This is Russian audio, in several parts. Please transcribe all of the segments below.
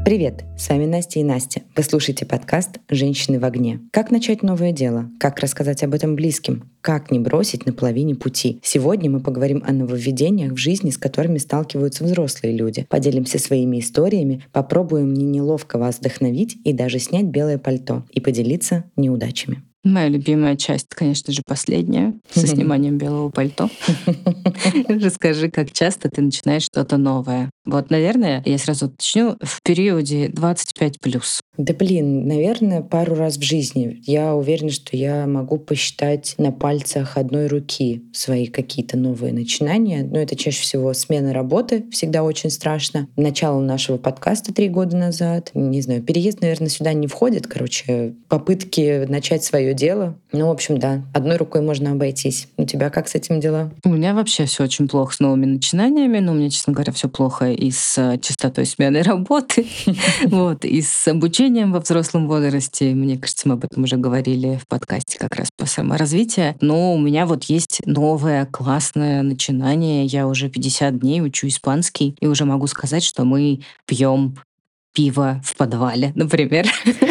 Привет, с вами Настя и Настя. Вы слушаете подкаст «Женщины в огне». Как начать новое дело? Как рассказать об этом близким? Как не бросить на половине пути? Сегодня мы поговорим о нововведениях в жизни, с которыми сталкиваются взрослые люди. Поделимся своими историями, попробуем не неловко вас вдохновить и даже снять белое пальто и поделиться неудачами. Моя любимая часть, конечно же, последняя, со сниманием белого пальто. Расскажи, как часто ты начинаешь что-то новое? Вот, наверное, я сразу уточню, в периоде 25+. Да наверное, пару раз в жизни. Я уверена, что я могу посчитать на пальцах одной руки свои какие-то новые начинания. Но это чаще всего смена работы, всегда очень страшно. Начало нашего подкаста 3 года назад. Не знаю, переезд, наверное, сюда не входит. Попытки начать свое дело. Ну, в общем, да, одной рукой можно обойтись. У тебя как с этим дела? У меня вообще все очень плохо с новыми начинаниями, но у меня, честно говоря, все плохо и с частотой смены работы, и с обучением во взрослом возрасте. Мне кажется, мы об этом уже говорили в подкасте как раз по саморазвитию. Но у меня вот есть новое классное начинание. Я уже 50 дней учу испанский, и уже могу сказать, что мы пьем пиво в подвале, например.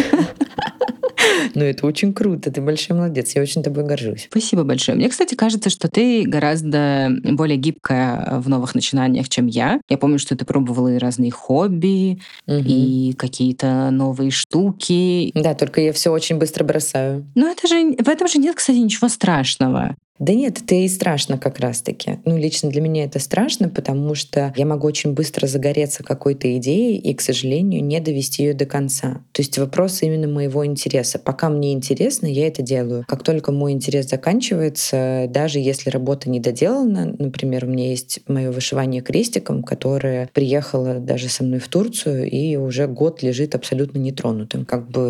Ну, это очень круто, ты большой молодец, я очень тобой горжусь. Спасибо большое. Мне, кстати, кажется, что ты гораздо более гибкая в новых начинаниях, чем я. Я помню, что ты пробовала и разные хобби, и какие-то новые штуки. Да, только я все очень быстро бросаю. Но в этом же нет, кстати, ничего страшного. Да нет, это и страшно как раз-таки. Лично для меня это страшно, потому что я могу очень быстро загореться какой-то идеей и, к сожалению, не довести ее до конца. То есть вопрос именно моего интереса. Пока мне интересно, я это делаю. Как только мой интерес заканчивается, даже если работа не доделана, например, у меня есть мое вышивание крестиком, которое приехало даже со мной в Турцию и уже год лежит абсолютно нетронутым.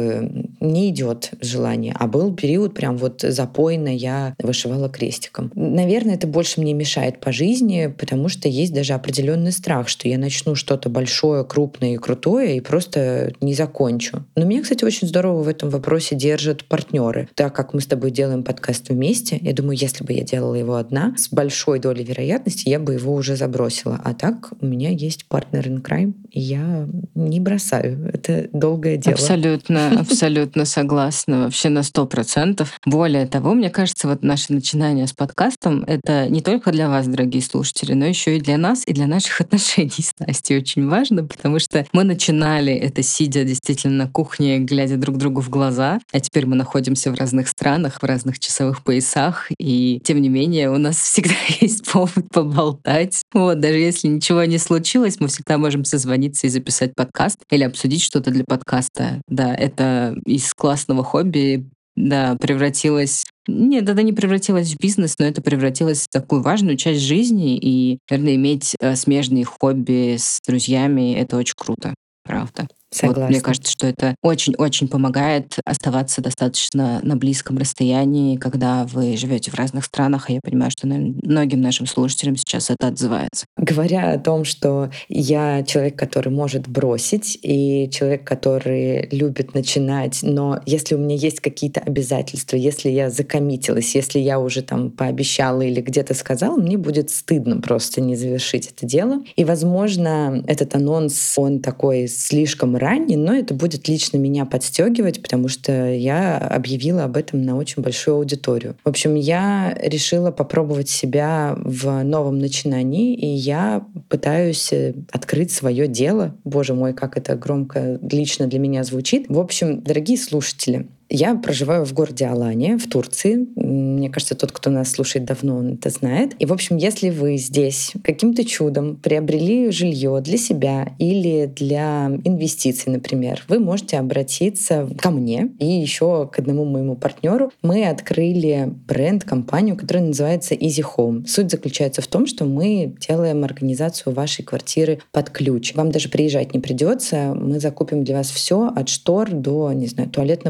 Не идет желание. А был период прям запойно я вышивала крестиком. Наверное, это больше мне мешает по жизни, потому что есть даже определенный страх, что я начну что-то большое, крупное и крутое и просто не закончу. Но меня, кстати, очень здорово в этом вопросе держат партнеры. Так как мы с тобой делаем подкаст вместе, я думаю, если бы я делала его одна, с большой долей вероятности я бы его уже забросила. А так у меня есть партнер in crime, и я не бросаю. Это долгое дело. Абсолютно согласна. Вообще на 100%. Более того, мне кажется, наше начинание с подкастом — это не только для вас, дорогие слушатели, но еще и для нас, и для наших отношений с Настей очень важно, потому что мы начинали это, сидя действительно на кухне, глядя друг другу в глаза, а теперь мы находимся в разных странах, в разных часовых поясах, и тем не менее у нас всегда есть повод поболтать. Даже если ничего не случилось, мы всегда можем созвониться и записать подкаст или обсудить что-то для подкаста. Да, это из классного хобби превратилось... Нет, это не превратилось в бизнес, но это превратилось в такую важную часть жизни. И, наверное, иметь смежные хобби с друзьями — это очень круто, правда. Согласна. Мне кажется, что это очень-очень помогает оставаться достаточно на близком расстоянии, когда вы живете в разных странах. И я понимаю, что, наверное, многим нашим слушателям сейчас это отзывается. Говоря о том, что я человек, который может бросить, и человек, который любит начинать, но если у меня есть какие-то обязательства, если я закоммитилась, если я уже пообещала или где-то сказала, мне будет стыдно просто не завершить это дело. И, возможно, этот анонс, он такой слишком ранний, но это будет лично меня подстегивать, потому что я объявила об этом на очень большую аудиторию. В общем, я решила попробовать себя в новом начинании, и я пытаюсь открыть свое дело. Боже мой, как это громко лично для меня звучит. В общем, дорогие слушатели, я проживаю в городе Алания, в Турции. Мне кажется, тот, кто нас слушает давно, он это знает. И, в общем, если вы здесь каким-то чудом приобрели жилье для себя или для инвестиций, например, вы можете обратиться ко мне и еще к одному моему партнеру. Мы открыли бренд-компанию, которая называется Easy Home. Суть заключается в том, что мы делаем организацию вашей квартиры под ключ. Вам даже приезжать не придется. Мы закупим для вас все от штор до, не знаю, туалетного ёршика.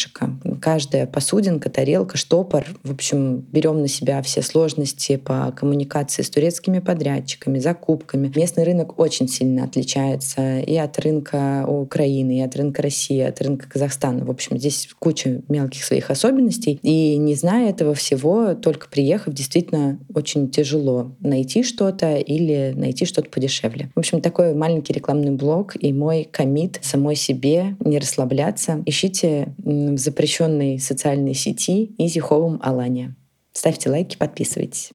горшика. Каждая посудинка, тарелка, штопор. В общем, берем на себя все сложности по коммуникации с турецкими подрядчиками, закупками. Местный рынок очень сильно отличается и от рынка Украины, и от рынка России, и от рынка Казахстана. В общем, здесь куча мелких своих особенностей. И не зная этого всего, только приехав, действительно очень тяжело найти что-то или найти что-то подешевле. В общем, такой маленький рекламный блог и мой коммит самой себе не расслабляться. Ищите в запрещенной социальной сети Easy Home Alanya. Ставьте лайки, подписывайтесь.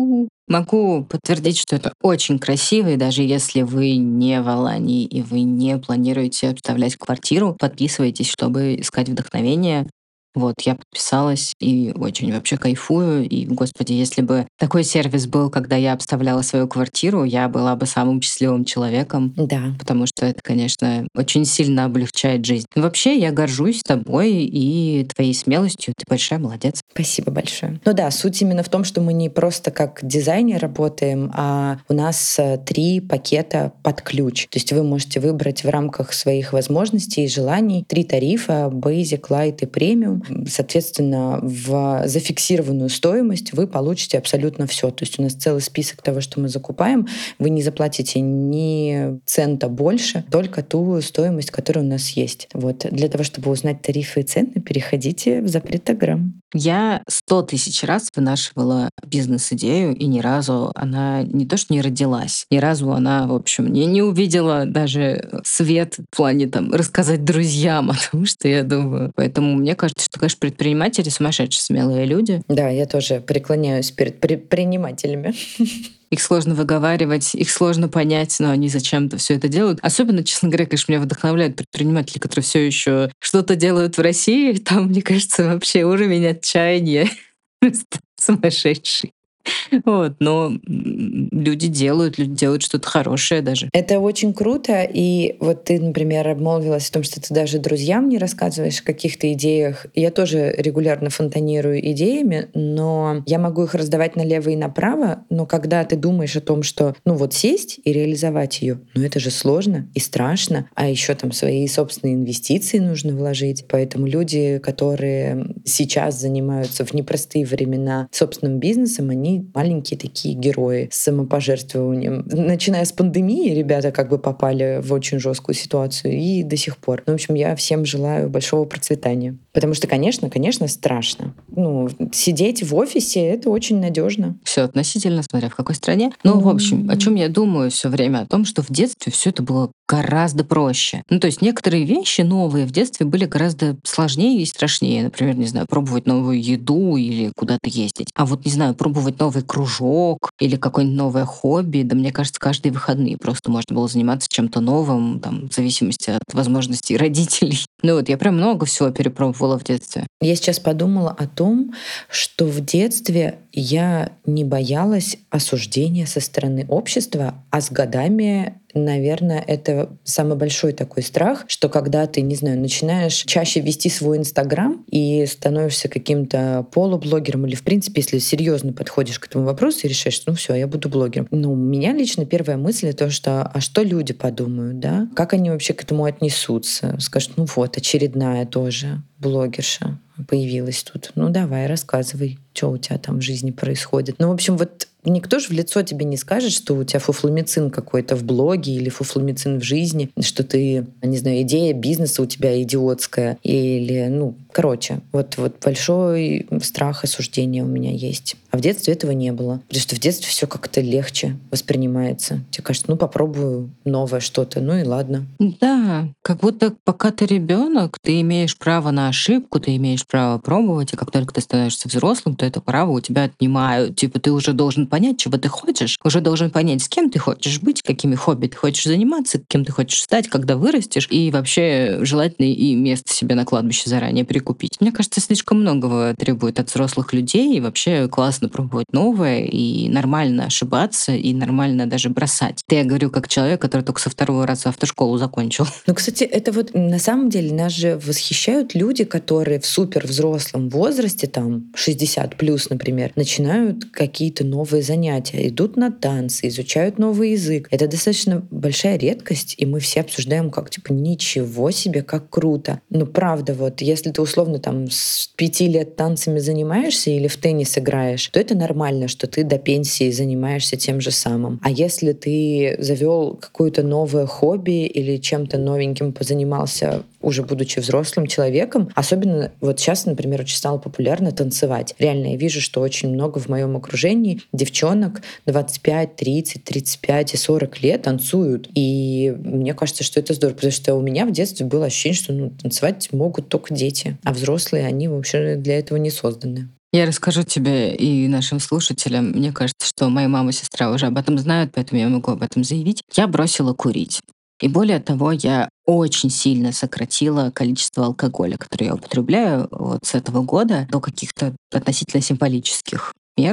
Могу подтвердить, что это очень красиво, и даже если вы не в Алании и вы не планируете обставлять квартиру, подписывайтесь, чтобы искать вдохновение. Вот, я подписалась и очень вообще кайфую. И, господи, если бы такой сервис был, когда я обставляла свою квартиру, я была бы самым счастливым человеком. Да. Потому что это, конечно, очень сильно облегчает жизнь. Но вообще, я горжусь тобой и твоей смелостью. Ты большая молодец. Спасибо большое. Ну да, суть именно в том, что мы не просто как дизайнер работаем, а у нас 3 пакета под ключ. То есть вы можете выбрать в рамках своих возможностей и желаний 3 тарифа: Basic, Light и Premium. Соответственно, в зафиксированную стоимость вы получите абсолютно все. То есть у нас целый список того, что мы закупаем. Вы не заплатите ни цента больше, только ту стоимость, которая у нас есть. Вот. Для того, чтобы узнать тарифы и цены, переходите в Запретограмм. Я 100 тысяч раз вынашивала бизнес-идею, и ни разу она не то что не родилась, ни разу она, в общем, не увидела даже свет в плане там рассказать друзьям о том, что я думаю. Поэтому мне кажется, что, конечно, предприниматели сумасшедшие смелые люди. Да, я тоже преклоняюсь перед предпринимателями. Их сложно выговаривать, их сложно понять, но они зачем-то все это делают. Особенно, честно говоря, конечно, меня вдохновляют предприниматели, которые все еще что-то делают в России. Там, мне кажется, вообще уровень отчаяния просто сумасшедший. Вот, но люди делают что-то хорошее даже. Это очень круто. И вот ты, например, обмолвилась о том, что ты даже друзьям не рассказываешь о каких-то идеях. Я тоже регулярно фонтанирую идеями, но я могу их раздавать налево и направо. Но когда ты думаешь о том, что сесть и реализовать ее, это же сложно и страшно. А еще там свои собственные инвестиции нужно вложить. Поэтому люди, которые сейчас занимаются в непростые времена собственным бизнесом, они маленькие такие герои с самопожертвованием. Начиная с пандемии, ребята как бы попали в очень жесткую ситуацию и до сих пор. В общем, я всем желаю большого процветания. Потому что, конечно, страшно. Сидеть в офисе — это очень надежно. Все относительно, смотря в какой стране. В общем, о чем я думаю все время? О том, что в детстве все это было гораздо проще. То есть некоторые вещи новые в детстве были гораздо сложнее и страшнее. Например, не знаю, пробовать новую еду или куда-то ездить. А вот, не знаю, пробовать новый кружок или какое-нибудь новое хобби. Да, мне кажется, каждые выходные просто можно было заниматься чем-то новым, в зависимости от возможностей родителей. Я прям много всего перепробовала в детстве. Я сейчас подумала о том, что в детстве я не боялась осуждения со стороны общества, а с годами, наверное, это самый большой такой страх, что когда ты, начинаешь чаще вести свой Инстаграм и становишься каким-то полублогером или, в принципе, если серьезно подходишь к этому вопросу и решаешь, что все, я буду блогером. У меня лично первая мысль — то, что что люди подумают, да? Как они вообще к этому отнесутся? Скажут, очередная тоже блогерша появилась тут. Давай, рассказывай, что у тебя там в жизни происходит. В общем, никто же в лицо тебе не скажет, что у тебя фуфломицин какой-то в блоге или фуфломицин в жизни, что ты, идея бизнеса у тебя идиотская. Или, большой страх осуждения у меня есть. А в детстве этого не было. Потому что в детстве все как-то легче воспринимается. Тебе кажется, попробую новое что-то, и ладно. Да, как будто пока ты ребенок, ты имеешь право на ошибку, ты имеешь право пробовать, и как только ты становишься взрослым, то это право у тебя отнимают. Ты уже должен понять, чего ты хочешь, уже должен понять, с кем ты хочешь быть, какими хобби ты хочешь заниматься, кем ты хочешь стать, когда вырастешь, и вообще желательно и место себе на кладбище заранее прикупить. Мне кажется, слишком многого требует от взрослых людей, и вообще классно пробовать новое, и нормально ошибаться, и нормально даже бросать. Это я говорю как человек, который только со 2-го раза автошколу закончил. Кстати, это на самом деле нас же восхищают люди, которые в супер взрослом возрасте, 60+, например, начинают какие-то новые новые занятия, идут на танцы, изучают новый язык. Это достаточно большая редкость, и мы все обсуждаем как, типа, ничего себе, как круто. Ну, правда, вот, если ты условно там с 5 лет танцами занимаешься или в теннис играешь, то это нормально, что ты до пенсии занимаешься тем же самым. А если ты завел какое-то новое хобби или чем-то новеньким позанимался, уже будучи взрослым человеком, особенно вот сейчас, например, очень стало популярно танцевать. Реально, я вижу, что очень много в моем окружении девчонок 25, 30, 35 и 40 лет танцуют. И мне кажется, что это здорово, потому что у меня в детстве было ощущение, что танцевать могут только дети, а взрослые, они вообще для этого не созданы. Я расскажу тебе и нашим слушателям. Мне кажется, что моя мама и сестра уже об этом знают, поэтому я могу об этом заявить. Я бросила курить. И более того, я очень сильно сократила количество алкоголя, которое я употребляю вот с этого года до каких-то относительно символических мер.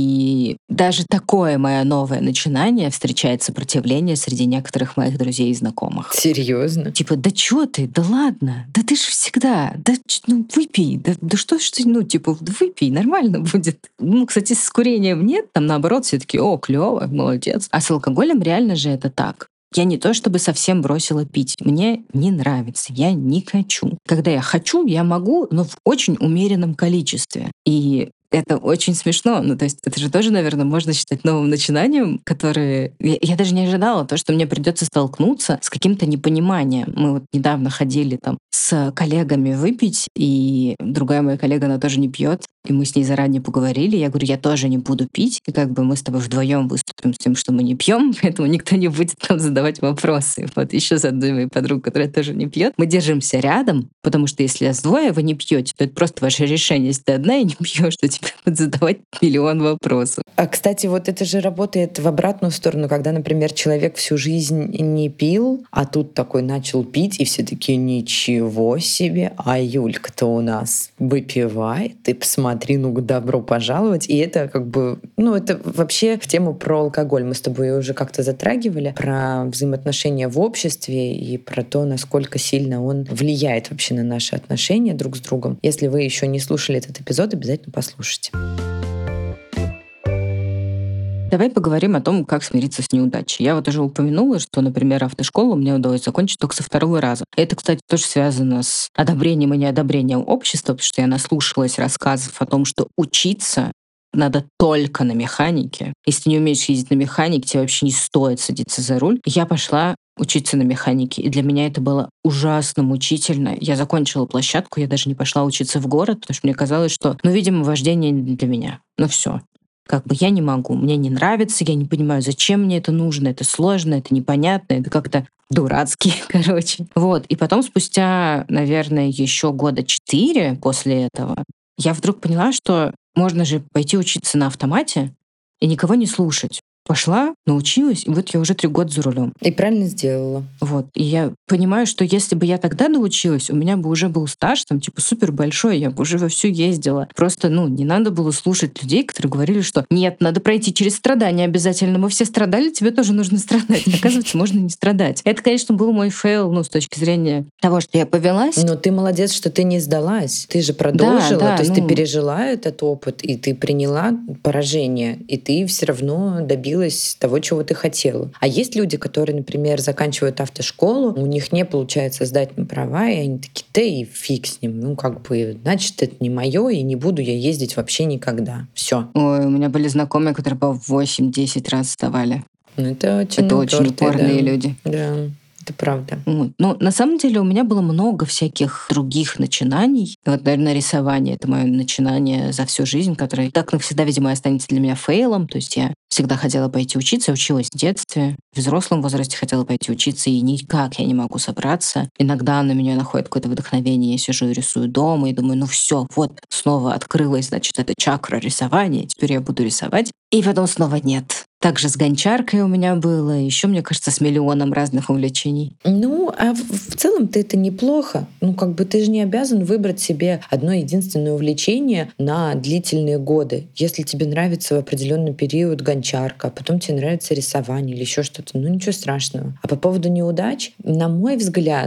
И даже такое мое новое начинание встречает сопротивление среди некоторых моих друзей и знакомых. Серьезно? Типа, да чё ты, да ладно, да ты ж всегда, да ну выпей, да что ж ты, ну типа, выпей, нормально будет. Ну, кстати, с курением нет, там наоборот все таки о, клево, молодец. А с алкоголем реально же это так. Я не то чтобы совсем бросила пить. Мне не нравится, я не хочу. Когда я хочу, я могу, но в очень умеренном количестве. И это очень смешно. Ну, то есть это же тоже, наверное, можно считать новым начинанием, которое... Я даже не ожидала то, что мне придется столкнуться с каким-то непониманием. Мы вот недавно ходили там с коллегами выпить, и другая моя коллега, она тоже не пьет, и мы с ней заранее поговорили. Я говорю, я тоже не буду пить, и как бы мы с тобой вдвоем выступим с тем, что мы не пьем, поэтому никто не будет нам задавать вопросы. Вот еще с одной моей подругой, которая тоже не пьет, мы держимся рядом, потому что если с двое вы не пьете, то это просто ваше решение. Если ты одна и не пьешь, то тебе будут задавать миллион вопросов. А, кстати, вот это же работает в обратную сторону, когда, например, человек всю жизнь не пил, а тут такой начал пить, и все такие, ничего себе, а Юлька-то у нас выпивает, ты посмотри, ну, добро пожаловать. И это как бы, ну, это вообще в тему про алкоголь. Мы с тобой уже как-то затрагивали, про взаимоотношения в обществе и про то, насколько сильно он влияет вообще на наши отношения друг с другом. Если вы еще не слушали этот эпизод, обязательно послушайте. Давай поговорим о том, как смириться с неудачей. Я вот уже упомянула, что, например, автошколу мне удалось закончить только со второго раза. Это, кстати, тоже связано с одобрением и неодобрением общества, потому что я наслушалась рассказов о том, что учиться надо только на механике. Если ты не умеешь ездить на механике, тебе вообще не стоит садиться за руль. Я пошла учиться на механике, и для меня это было ужасно мучительно. Я закончила площадку, я даже не пошла учиться в город, потому что мне казалось, что, ну, видимо, вождение не для меня. Ну все. Как бы я не могу, мне не нравится, я не понимаю, зачем мне это нужно, это сложно, это непонятно, это как-то дурацки, короче. Вот. И потом спустя, наверное, еще года 4 после этого, я вдруг поняла, что можно же пойти учиться на автомате и никого не слушать. Пошла, научилась, и вот я уже 3 года за рулем. И правильно сделала. Вот. И я понимаю, что если бы я тогда научилась, у меня бы уже был стаж, там, типа, супер большой, я бы уже вовсю ездила. Просто, ну, не надо было слушать людей, которые говорили, что нет, надо пройти через страдания обязательно. Мы все страдали, тебе тоже нужно страдать. Оказывается, можно не страдать. Это, конечно, был мой фейл, ну, с точки зрения того, что я повелась. Но ты молодец, что ты не сдалась. Ты же продолжила, Да, то есть ну... ты пережила этот опыт, и ты приняла поражение, и ты все равно добилась того, чего ты хотела. А есть люди, которые, например, заканчивают автошколу, у них не получается сдать на права, и они такие, да и фиг с ним. Ну, как бы, значит, это не мое, и не буду я ездить вообще никогда. Все. Ой, у меня были знакомые, которые по 8-10 раз сдавали. Ну, это очень упорные люди. Да. Это правда. Вот. Но на самом деле у меня было много всяких других начинаний. Вот, наверное, рисование — это мое начинание за всю жизнь, которое так навсегда, видимо, останется для меня фейлом. То есть я всегда хотела пойти учиться, училась в детстве. В взрослом возрасте хотела пойти учиться, и никак я не могу собраться. Иногда на меня находит какое-то вдохновение, я сижу и рисую дома, и думаю, ну все, вот снова открылась, значит, эта чакра рисования, теперь я буду рисовать. И потом снова нет. Также с гончаркой у меня было, еще, мне кажется, с миллионом разных увлечений. Ну, а в целом-то это неплохо. Ну, как бы ты же не обязан выбрать себе одно единственное увлечение на длительные годы. Если тебе нравится в определенный период гончарка, а потом тебе нравится рисование или еще что-то, ну ничего страшного. А по поводу неудач, на мой взгляд,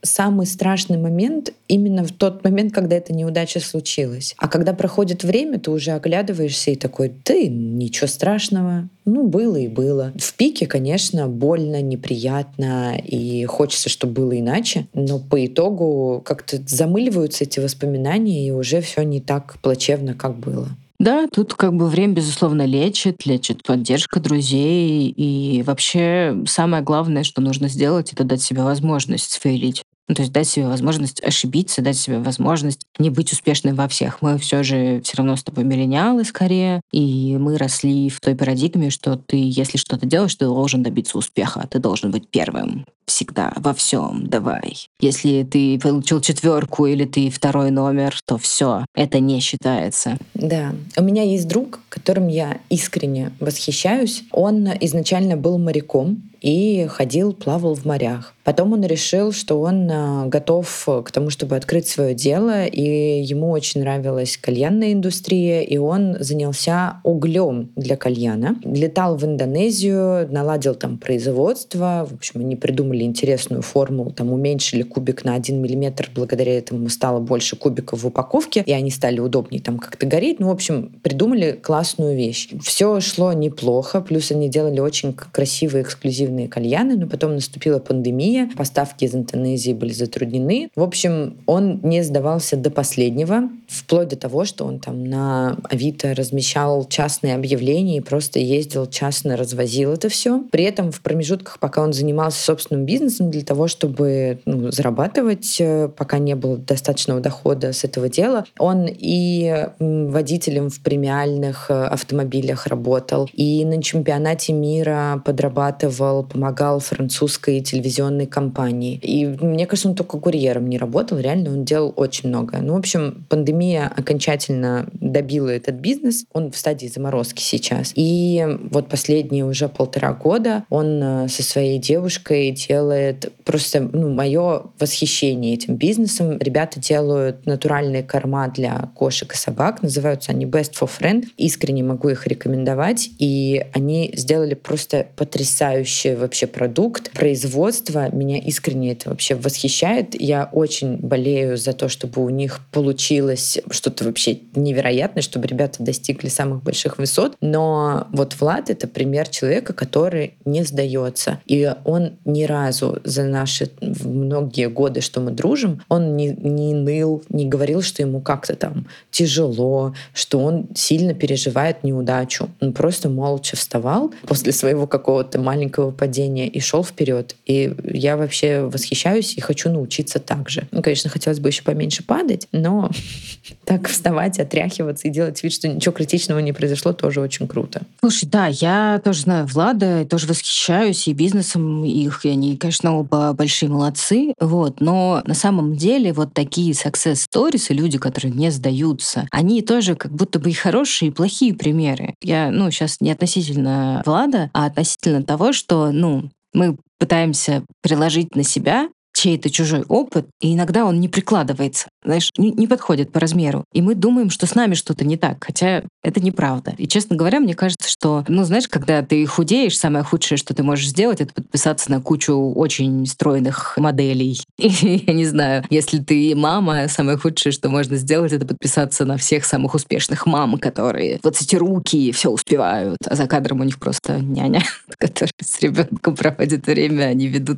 самый страшный момент именно в тот момент, когда эта неудача случилась. А когда проходит время, ты уже оглядываешься и такой: да ничего страшного, ну было и было. В пике, конечно, больно, неприятно и хочется, чтобы было иначе, но по итогу как-то замыливаются эти воспоминания, и уже все не так плачевно, как было. Да, тут как бы время, безусловно, лечит поддержка друзей. И вообще самое главное, что нужно сделать, это дать себе возможность сфейлить. Ну, то есть дать себе возможность ошибиться, дать себе возможность не быть успешным во всех. Мы все равно с тобой миллениалы скорее, и мы росли в той парадигме, что ты, если что-то делаешь, ты должен добиться успеха, ты должен быть первым всегда, во всем, давай. Если ты получил 4 или ты 2 номер, то все, это не считается. Да. У меня есть друг, которым я искренне восхищаюсь. Он изначально был моряком и ходил, плавал в морях. Потом он решил, что он готов к тому, чтобы открыть свое дело, и ему очень нравилась кальянная индустрия, и он занялся углем для кальяна. Летал в Индонезию, наладил там производство. В общем, они придумали интересную формулу, там уменьшили кубик на 1 миллиметр, благодаря этому стало больше кубиков в упаковке, и они стали удобнее там как-то гореть. Ну, в общем, придумали классную вещь. Все шло неплохо, плюс они делали очень красивые эксклюзивные кальяны, но потом наступила пандемия, поставки из Индонезии были затруднены. В общем, он не сдавался до последнего, вплоть до того, что он там на Авито размещал частные объявления и просто ездил частно, развозил это все. При этом в промежутках, пока он занимался собственным бизнесом, для того, чтобы зарабатывать, пока не было достаточного дохода с этого дела, он и водителем в премиальных автомобилях работал, и на чемпионате мира подрабатывал, помогал французской телевизионной компании. И мне кажется, он только курьером не работал, реально он делал очень много. Ну, в общем, пандемия окончательно добила этот бизнес. Он в стадии заморозки сейчас. И вот последние уже 1,5 года он со своей девушкой делает просто мое восхищение этим бизнесом. Ребята делают натуральные корма для кошек и собак. Называются они Best for Friend. Искренне могу их рекомендовать. И они сделали просто потрясающий вообще продукт. Производство меня искренне это вообще восхищает. Я очень болею за то, чтобы у них получилось что-то вообще невероятное, чтобы ребята достигли самых больших высот. Но вот Влад — это пример человека, который не сдается. И он ни разу за наши многие годы, что мы дружим, он не ныл, не говорил, что ему как-то там тяжело, что он сильно переживает неудачу. Он просто молча вставал после своего какого-то маленького падения и шел вперед. И я вообще восхищаюсь и хочу научиться так же. Ну, конечно, хотелось бы еще поменьше падать, но так вставать, отряхиваться и делать вид, что ничего критичного не произошло, тоже очень круто. Слушай, да, я тоже знаю Влада, и тоже восхищаюсь и бизнесом их, и они, конечно, оба большие молодцы, вот, но на самом деле вот такие success stories и люди, которые не сдаются, они тоже как будто бы и хорошие, и плохие примеры. Я, сейчас не относительно Влада, а относительно того, что, мы пытаемся приложить на себя чей-то чужой опыт, и иногда он не прикладывается, знаешь, не подходит по размеру. И мы думаем, что с нами что-то не так, хотя это неправда. И, честно говоря, мне кажется, что, знаешь, когда ты худеешь, самое худшее, что ты можешь сделать, это подписаться на кучу очень стройных моделей. И, я не знаю, если ты мама, самое худшее, что можно сделать, это подписаться на всех самых успешных мам, которые 20-руки, все успевают, а за кадром у них просто няня, которая с ребенком проводит время, они ведут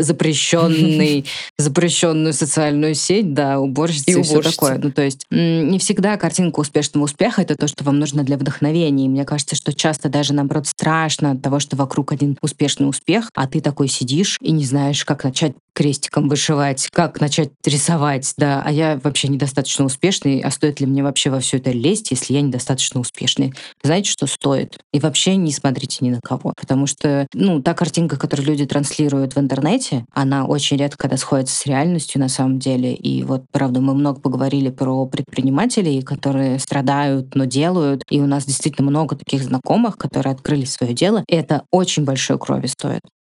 запрещенную социальную сеть, да, уборщицы и все такое. То есть не всегда картинка успешного успеха — это то, что вам нужно для вдохновения. И мне кажется, что часто даже, наоборот, страшно от того, что вокруг один успешный успех, а ты такой сидишь и не знаешь, как начать крестиком вышивать, как начать рисовать, да, а я вообще недостаточно успешный, а стоит ли мне вообще во все это лезть, если я недостаточно успешный? Знаете, что стоит? И вообще не смотрите ни на кого, потому что, та картинка, которую люди транслируют в интернете, она очень редко когда сходится с реальностью на самом деле. И вот, правда, мы много поговорили про предпринимателей, которые страдают, но делают. И у нас действительно много таких знакомых, которые открыли свое дело. И это очень большой крови стоит.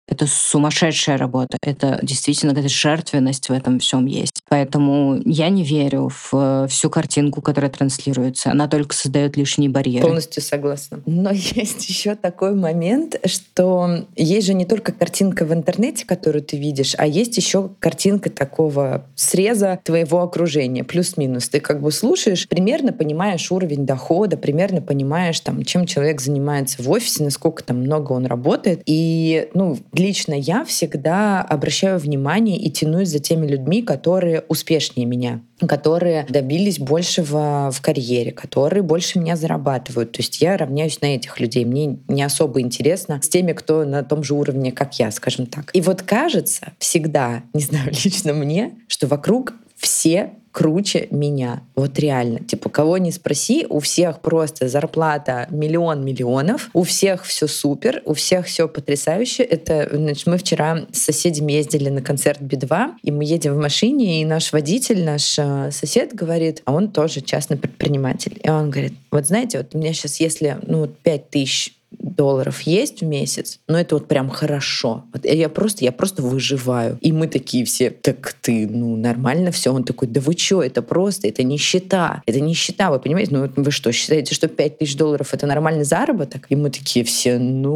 Это сумасшедшая работа. Это действительно какая-то жертвенность в этом всем есть. Поэтому я не верю в всю картинку, которая транслируется. Она только создает лишние барьеры. Полностью согласна. Но есть еще такой момент, что есть же не только картинка в интернете, которую ты видишь, а есть еще картинка такого среза твоего окружения, плюс-минус. Ты как бы слушаешь, примерно понимаешь уровень дохода, примерно понимаешь, там, чем человек занимается в офисе, насколько там много он работает. И лично я всегда обращаю внимание и тянусь за теми людьми, которые успешнее меня, которые добились большего в карьере, которые больше меня зарабатывают. То есть я равняюсь на этих людей. Мне не особо интересно с теми, кто на том же уровне, как я, скажем так. И вот кажется всегда, не знаю, лично мне, что вокруг все круче меня. Вот реально. Типа, кого ни спроси, у всех просто зарплата миллион миллионов, у всех все супер, у всех все потрясающе. Это, значит, мы вчера с соседями ездили на концерт Би-2, и мы едем в машине, и наш водитель, наш сосед говорит, а он тоже частный предприниматель. И он говорит, вот знаете, вот у меня сейчас, если 5 000 долларов есть в месяц, но это вот прям хорошо. Вот я просто выживаю. И мы такие все, так ты, нормально все. Он такой, да вы чё, это просто, это нищета. Это нищета, вы понимаете? Вы что, считаете, что 5 000 долларов это нормальный заработок? И мы такие все,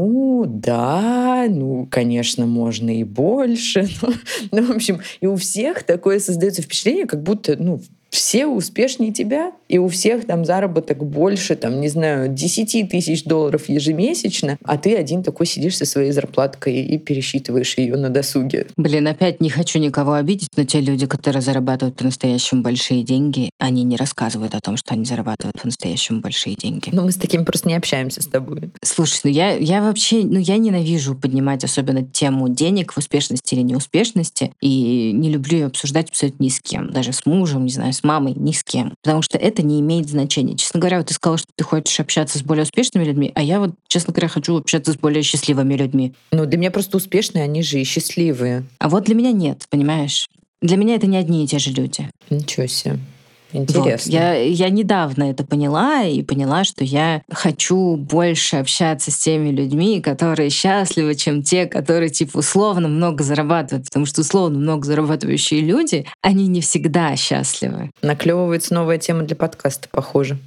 да, конечно, можно и больше. В общем, и у всех такое создается впечатление, как будто, все успешнее тебя, и у всех там заработок больше, 10 тысяч долларов ежемесячно, а ты один такой сидишь со своей зарплаткой и пересчитываешь ее на досуге. Блин, опять не хочу никого обидеть, но те люди, которые зарабатывают по-настоящему большие деньги, они не рассказывают о том, что они зарабатывают по-настоящему большие деньги. Мы с такими просто не общаемся с тобой. Слушай, я вообще, я ненавижу поднимать особенно тему денег в успешности или неуспешности, и не люблю ее обсуждать абсолютно ни с кем, даже с мужем, не знаю, с мамой, ни с кем, потому что это не имеет значения. Честно говоря, вот ты сказала, что ты хочешь общаться с более успешными людьми, а я честно говоря, хочу общаться с более счастливыми людьми. Для меня просто успешные, они же и счастливые. А вот для меня нет, понимаешь? Для меня это не одни и те же люди. Ничего себе. Интересно. Вот. Я недавно это поняла и поняла, что я хочу больше общаться с теми людьми, которые счастливы, чем те, которые условно много зарабатывают. Потому что условно много зарабатывающие люди, они не всегда счастливы. Наклевывается новая тема для подкаста, похоже.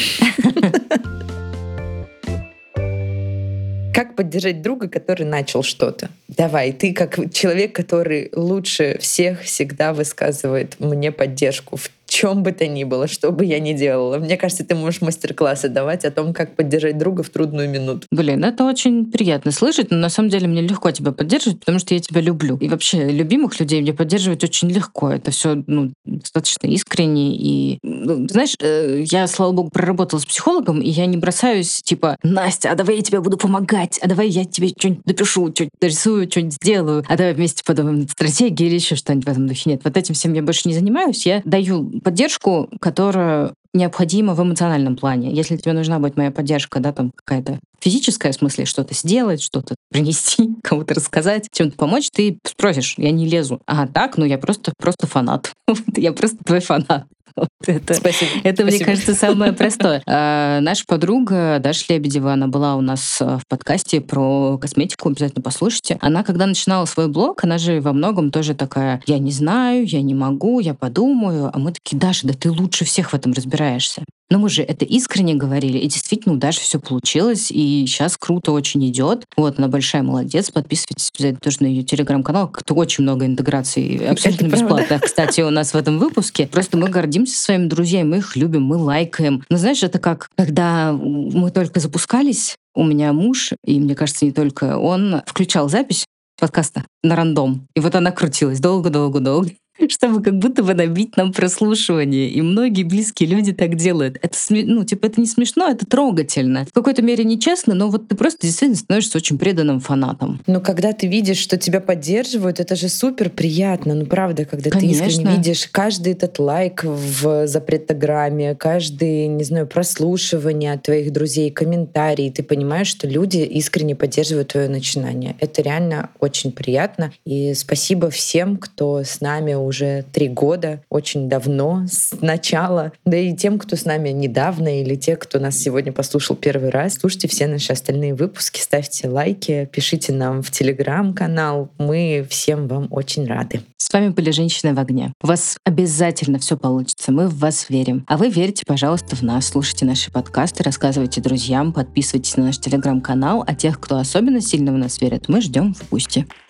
Как поддержать друга, который начал что-то? Давай, ты как человек, который лучше всех всегда высказывает мне поддержку в чем бы то ни было, что бы я ни делала. Мне кажется, ты можешь мастер-классы давать о том, как поддержать друга в трудную минуту. Блин, это очень приятно слышать, но на самом деле мне легко тебя поддерживать, потому что я тебя люблю. И вообще любимых людей мне поддерживать очень легко. Это все достаточно искренне. И, знаешь, я, слава богу, проработала с психологом, и я не бросаюсь, Настя, а давай я тебе буду помогать, а давай я тебе что-нибудь напишу, что-нибудь нарисую, что-нибудь сделаю, а давай вместе подумаем над стратегией или еще что-нибудь в этом духе. Нет, вот этим всем я больше не занимаюсь. Я даю поддержку, которая необходима в эмоциональном плане. Если тебе нужна будет моя поддержка, какая-то физическая, в смысле что-то сделать, что-то принести, кому-то рассказать, чем-то помочь, ты спросишь, я не лезу. А так, я просто фанат. Я просто твой фанат. Спасибо. Это, мне кажется, самое простое. Наша подруга Даша Лебедева, она была у нас в подкасте про косметику, обязательно послушайте. Она, когда начинала свой блог, она же во многом тоже такая, я не знаю, я не могу, я подумаю. А мы такие, Даша, да ты лучше всех в этом разбираешься. Но мы же это искренне говорили, и действительно у Даши все получилось, и сейчас круто очень идет. Вот, она большая молодец, подписывайтесь обязательно тоже на ее телеграм-канал, как-то очень много интеграций, абсолютно бесплатно, кстати, у нас в этом выпуске. Просто мы гордимся своими друзьями, мы их любим, мы лайкаем. Но знаешь, это как, когда мы только запускались, у меня муж, и мне кажется, не только он, включал запись подкаста на рандом, и вот она крутилась долго-долго-долго, чтобы как будто бы набить нам прослушивание. И многие близкие люди так делают. Это, это не смешно, это трогательно. В какой-то мере нечестно, но вот ты просто действительно становишься очень преданным фанатом. Но когда ты видишь, что тебя поддерживают, это же супер приятно. Правда, когда Конечно. Ты искренне видишь каждый этот лайк в запретограмме, каждый, не знаю, прослушивание от твоих друзей, комментарий, ты понимаешь, что люди искренне поддерживают твое начинание. Это реально очень приятно. И спасибо всем, кто с нами уже 3 года, очень давно, с начала. Да и тем, кто с нами недавно, или те, кто нас сегодня послушал первый раз, слушайте все наши остальные выпуски, ставьте лайки, пишите нам в Телеграм-канал. Мы всем вам очень рады. С вами были «Женщины в огне». У вас обязательно все получится. Мы в вас верим. А вы верьте, пожалуйста, в нас. Слушайте наши подкасты, рассказывайте друзьям, подписывайтесь на наш Телеграм-канал. А тех, кто особенно сильно в нас верит, мы ждем в Бусти.